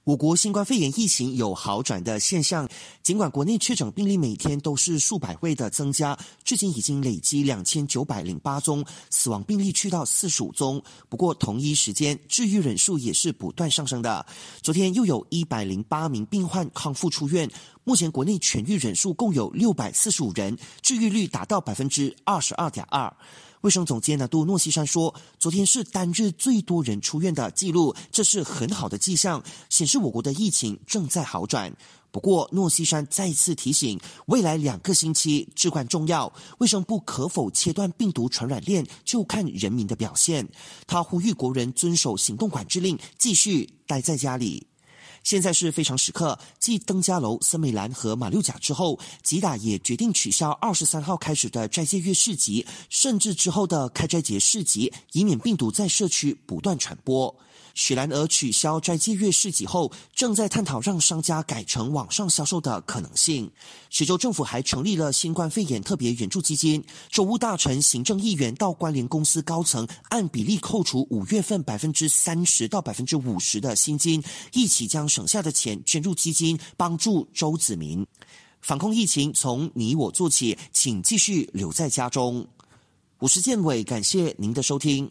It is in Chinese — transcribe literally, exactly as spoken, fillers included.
我国新冠肺炎疫情有好转的现象，尽管国内确诊病例每天都是数百位的增加，至今已经累积两千九百零八宗，死亡病例去到四十五宗。不过同一时间，治愈人数也是不断上升的。昨天又有一百零八名病患康复出院，目前国内痊愈人数共有六百四十五人，治愈率达到 百分之二十二点二。卫生总监拿督诺西山说，昨天是单日最多人出院的记录，这是很好的迹象，显示我国的疫情正在好转。不过诺西山再次提醒，未来两个星期至关重要，卫生部可否切断病毒传染链，就看人民的表现。他呼吁国人遵守行动管制令，继续待在家里。现在是非常时刻，继登嘉楼、森美兰和马六甲之后，吉打也决定取消二十三号开始的斋戒月市集，甚至之后的开斋节市集，以免病毒在社区不断传播。许兰儿取消斋戒月市集后，正在探讨让商家改成网上销售的可能性。徐州政府还成立了新冠肺炎特别援助基金，州务大臣、行政议员到关联公司高层按比例扣除五月份百分之三十到百分之五十的薪金，一起将省下的钱捐入基金，帮助州子民。防控疫情从你我做起，请继续留在家中。我是建伟，感谢您的收听。